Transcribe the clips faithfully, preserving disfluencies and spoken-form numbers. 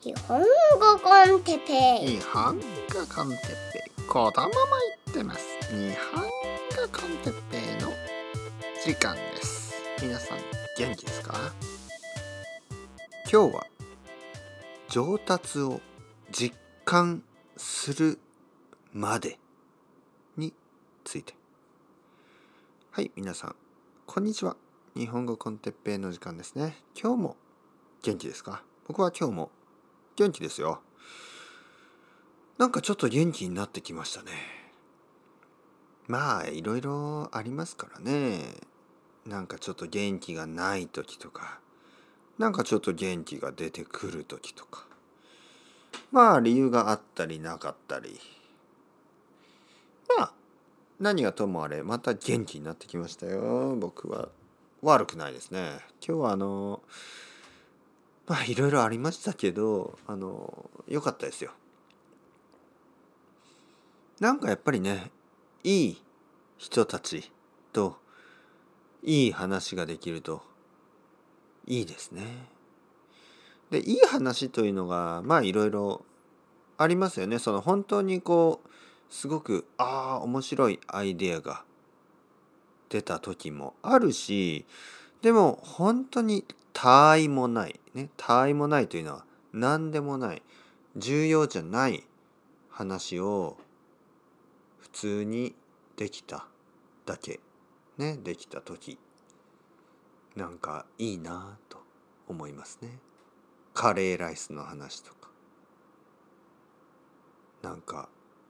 日本語コンテッペイ日本語コンテッペイ、子供も言ってます。日本語コンテッペイの時間です。皆さん元気ですか？今日は上達を実感するまでについて。はい、皆さんこんにちは。日本語コンテッペイの時間ですね。今日も元気ですか？僕は今日も元気ですよ。なんかちょっと元気になってきましたね。まあいろいろありますからね。なんかちょっと元気がない時とか、なんかちょっと元気が出てくる時とか、まあ理由があったりなかったり、まあ何がともあれまた元気になってきましたよ。僕は悪くないですね。今日はあのまあいろいろありましたけど、あの良かったですよ。なんかやっぱりね、いい人たちといい話ができるといいですね。で、いい話というのがまあいろいろありますよね。その本当にこうすごくああ面白いアイデアが出た時もあるし、でも本当に他愛もないね。他愛もないというのは何でもない、重要じゃない話を普通にできただけね、できた時なんかいいなと思いますね。カレーライスの話とか、なんか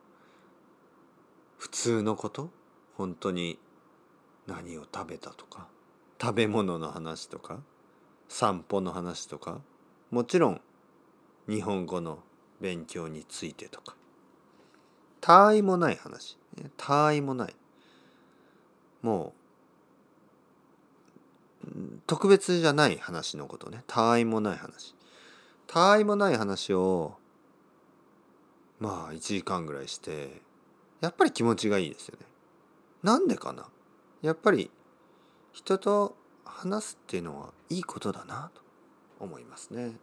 普通のこと、本当に何を食べたとか、食べ物の話とか、散歩の話とか、もちろん日本語の勉強についてとか、他愛もない話、他愛もない、もう特別じゃない話のことね。他愛もない話、他愛もない話をまあいちじかんぐらいして、やっぱり気持ちがいいですよね。なんでかな。やっぱり人と話すっていうのはいいことだなと思いますね。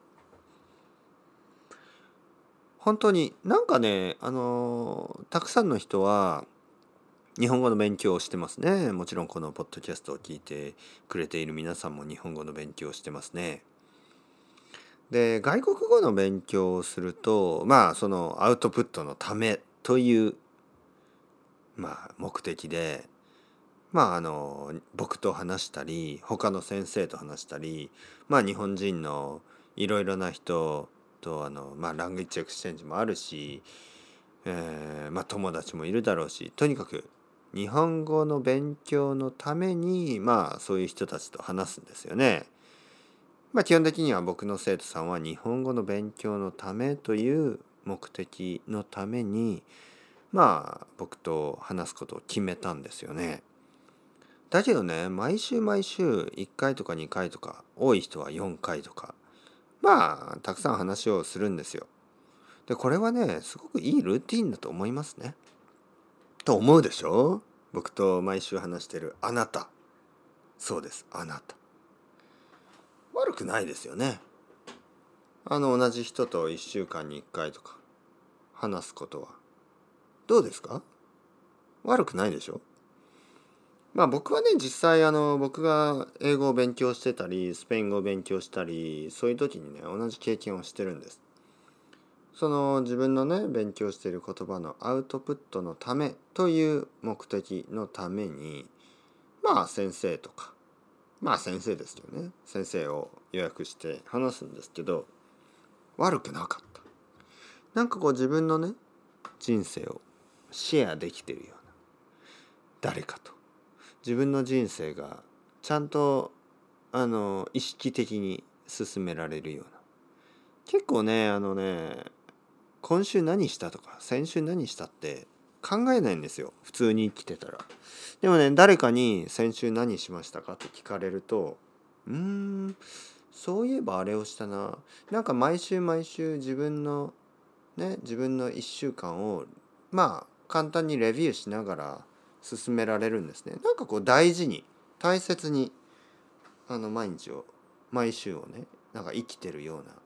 本当になんかね、あのたくさんの人は日本語の勉強をしてますね。もちろんこのポッドキャストを聞いてくれている皆さんも日本語の勉強をしてますね。で、外国語の勉強をすると、まあそのアウトプットのためというまあ目的で、まああの僕と話したり、他の先生と話したり、まあ日本人のいろいろな人とあのまあラングエッジエクスチェンジもあるし、えー、まあ友達もいるだろうし、とにかく日本語の勉強のためにまあそういう人たちと話すんですよね。まあ基本的には僕の生徒さんは日本語の勉強のためという目的のためにまあ僕と話すことを決めたんですよね。だけどね、毎週毎週いっかいとかにかいとか、多い人はよんかいとか、まあたくさん話をするんですよ。で、これはね、すごくいいルーティンだと思いますね。と思うでしょ？僕と毎週話してるあなた。そうです、あなた。悪くないですよね。あの同じ人といっしゅうかんにいっかいとか話すことは。どうですか？悪くないでしょ？まあ僕はね、実際あの僕が英語を勉強してたりスペイン語を勉強したり、そういう時にね同じ経験をしてるんです。その自分のね勉強している言葉のアウトプットのためという目的のために、まあ先生とか、まあ先生ですよね、先生を予約して話すんですけど、悪くなかった。なんかこう自分のね人生をシェアできてるような、誰かと自分の人生がちゃんとあの意識的に進められるような。結構ね、あのね、今週何したとか先週何したって考えないんですよ、普通に生きてたら。でもね、誰かに先週何しましたかって聞かれると、うーんそういえばあれをしたな。なんか毎週毎週自分のね自分のいっしゅうかんをまあ簡単にレビューしながら進められるんですね。なんかこう大事に大切にあの毎日を毎週をねなんか生きてるような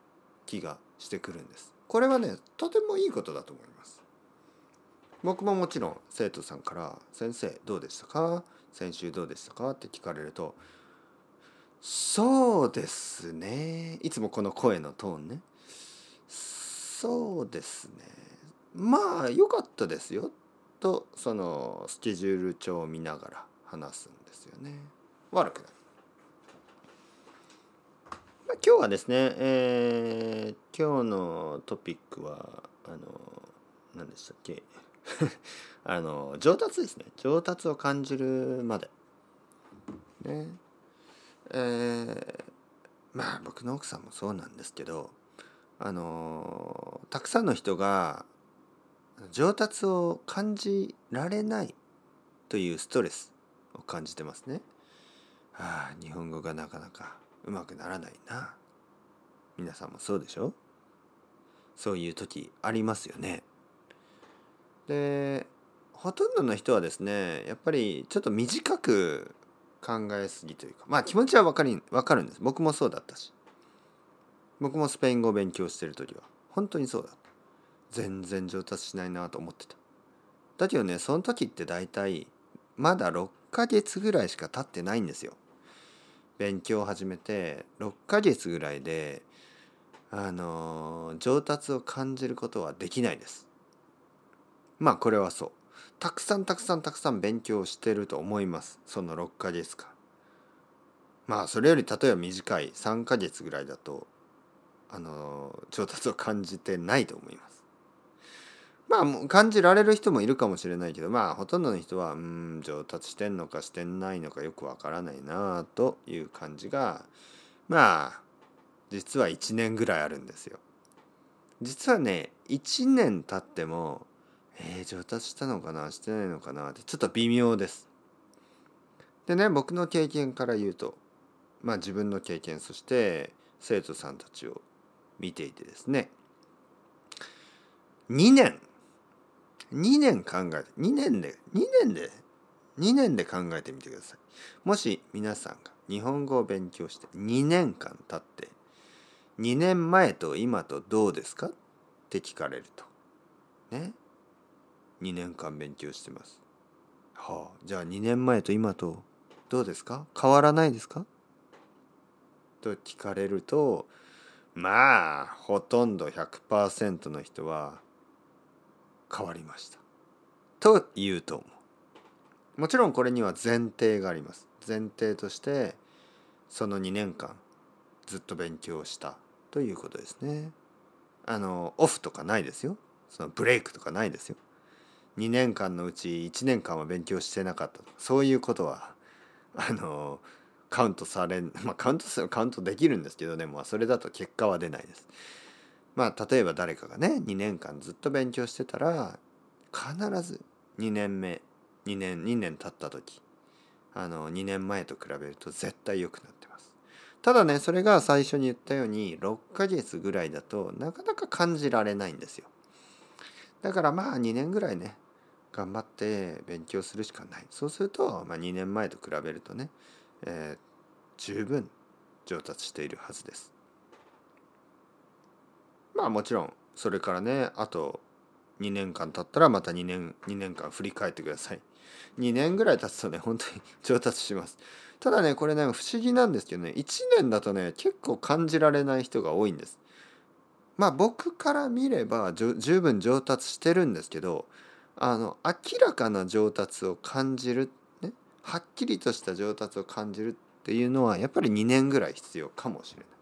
気がしてくるんです。これはねとてもいいことだと思います。僕ももちろん生徒さんから「先生どうでしたか？先週どうでしたか？」って聞かれると「そうですね」いつもこの声のトーンね「そうですねまあ良かったですよ」とそのスケジュール帳を見ながら話すんですよね。悪くない。まあ、今日はですね、えー今日のトピックはあの何でしたっけあの上達ですね。上達を感じるまでね。えーまあ僕の奥さんもそうなんですけど、あのたくさんの人が上達を感じられないというストレスを感じてますね。はあ、日本語がなかなかうまくならないな。皆さんもそうでしょ？そういう時ありますよね。で、ほとんどの人はですね、やっぱりちょっと短く考えすぎというか、まあ気持ちはわかり、わかるんです。僕もそうだったし。僕もスペイン語を勉強してる時は本当にそうだった。全然上達しないなと思ってた。だけどね、その時って大体まだろっかげつぐらいしか経ってないんですよ。勉強を始めてろっかげつぐらいで、あのー上達を感じることはできないです。まあこれはそう。たくさんたくさんたくさん勉強してると思います。そのろっかげつかん。まあそれより例えば短いさんかげつぐらいだと、あのー上達を感じてないと思います。まあもう感じられる人もいるかもしれないけど、まあほとんどの人はうーん上達してんのかしてないのかよくわからないなという感じが、まあ実はいちねんぐらいあるんですよ。実はねいちねん経ってもえー、上達したのかなしてないのかなってちょっと微妙です。でね、僕の経験から言うと、まあ自分の経験、そして生徒さんたちを見ていてですね、にねんにねん考えてにねんでにねんでにねんで考えてみてください。もし皆さんが日本語を勉強してにねんかん経ってにねんまえと今とどうですかって聞かれるとね、にねんかん勉強してます。はあ、じゃあにねんまえと今とどうですか？変わらないですか？と聞かれると、まあほとんど ひゃくパーセント の人は変わりましたと言うと思う。もちろんこれには前提があります。前提としてそのにねんかんずっと勉強したということですね。あのオフとかないですよ。そのブレイクとかないですよ。にねんかんのうちいちねんかんは勉強してなかったとか、そういうことはあのカウントされん、まあカウントするカウントできるんですけど、でもそれだと結果は出ないです。まあ例えば誰かがねにねんかんずっと勉強してたら必ずにねんめ2年2年経った時、あのにねんまえと比べると絶対良くなってます。ただね、それが最初に言ったようにろっかげつぐらいだとなかなか感じられないんですよ。だからまあにねんぐらいね頑張って勉強するしかない。そうすると、まあ、にねんまえと比べるとね、えー十分上達しているはずです。まあもちろんそれからねあとにねんかん経ったらまた2年2年間振り返ってください。にねんぐらい経つとね本当に上達します。ただねこれね不思議なんですけどね、いちねんだとね結構感じられない人が多いんです。まあ僕から見ればじゅ十分上達してるんですけど、あの明らかな上達を感じる、ね、はっきりとした上達を感じるっていうのはやっぱりにねんぐらい必要かもしれない。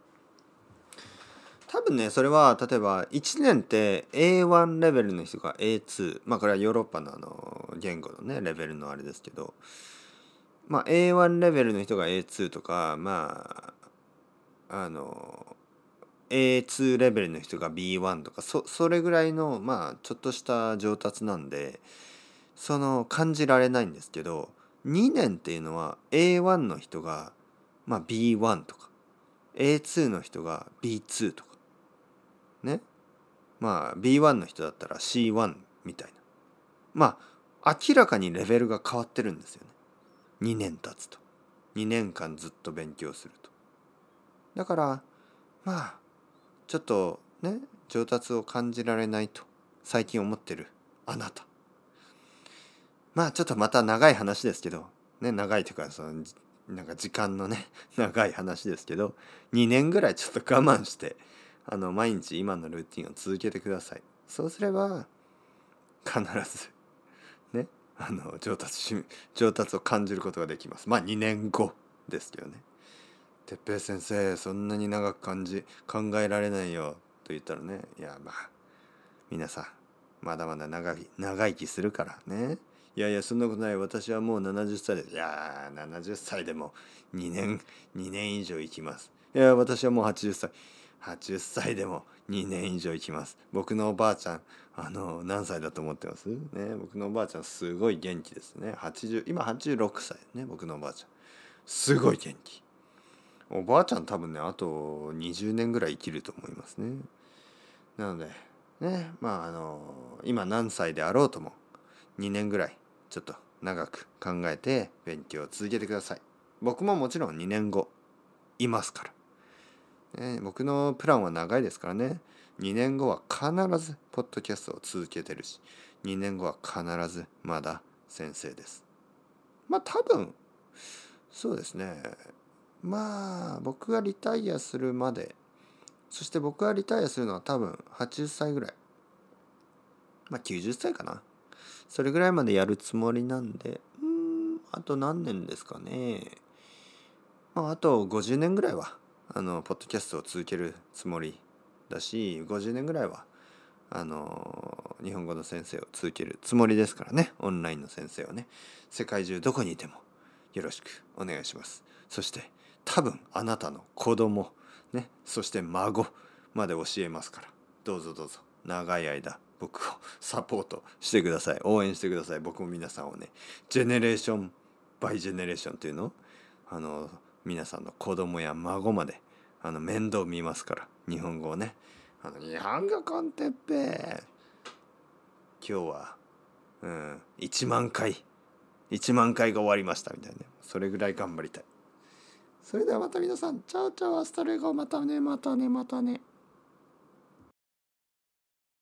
多分ねそれは例えばいちねんって エーワン レベルの人が エーツー、まあこれはヨーロッパのあの言語のねレベルのあれですけど、まあ エーワン レベルの人が エーツー とか、まああの エーツー レベルの人が ビーワン とか、そそれぐらいのまあちょっとした上達なんで、その感じられないんですけど、にねんっていうのは エーワン の人がまあ ビーワン とか エーツー の人が ビーツー とかね、まあ ビーワン の人だったら シーワン みたいな、まあ明らかにレベルが変わってるんですよね。にねん経つと、にねんかんずっと勉強すると。だからまあちょっとね上達を感じられないと最近思ってるあなた、まあちょっとまた長い話ですけどね、長いというかそのなんか時間のね長い話ですけど、にねんぐらいちょっと我慢してあの毎日今のルーティンを続けてください。そうすれば必ずねあの上達し上達を感じることができます。まあにねんごですけどね。哲平先生そんなに長く感じ考えられないよと言ったらね、いやまあ皆さんまだまだ長い長生きするからね。いやいやそんなことない、私はもうななじゅっさいです。いやななじゅっさいでもにねんにねん以上生きます。いや私はもうはちじゅっさいはちじゅっさいでもにねん以上生きます。僕のおばあちゃんあの何歳だと思ってますね。僕のおばあちゃんすごい元気ですね。はちじゅう今はちじゅうろくさいね。僕のおばあちゃんすごい元気。おばあちゃん多分ねあとにじゅうねんぐらい生きると思いますね。なのでねまああの今何歳であろうともにねんぐらいちょっと長く考えて勉強を続けてください。僕ももちろんにねんごいますから、ね、僕のプランは長いですからね。にねんごは必ずポッドキャストを続けてるし、にねんごは必ずまだ先生です。まあ多分そうですね。まあ僕がリタイアするまで、そして僕がリタイアするのは多分はちじゅっさいぐらい、まあきゅうじゅっさいかな、それぐらいまでやるつもりなんで、うーんあと何年ですかね。まああとごじゅうねんぐらいはあのポッドキャストを続けるつもりだし、ごじゅうねんぐらいはあの日本語の先生を続けるつもりですからね。オンラインの先生をね、世界中どこにいてもよろしくお願いします。そして多分あなたの子供ね、そして孫まで教えますから、どうぞどうぞ長い間僕をサポートしてください。応援してください。僕も皆さんをね、ジェネレーションバイジェネレーションというのをあの皆さんの子供や孫まであの面倒見ますから、日本語をね、あの日本語コンテッペ今日は、うん、いちまんかいいちまんかいが終わりましたみたいな、それぐらい頑張りたい。それではまた皆さん、チャオチャオアスタレゴ、またねまたねまたね。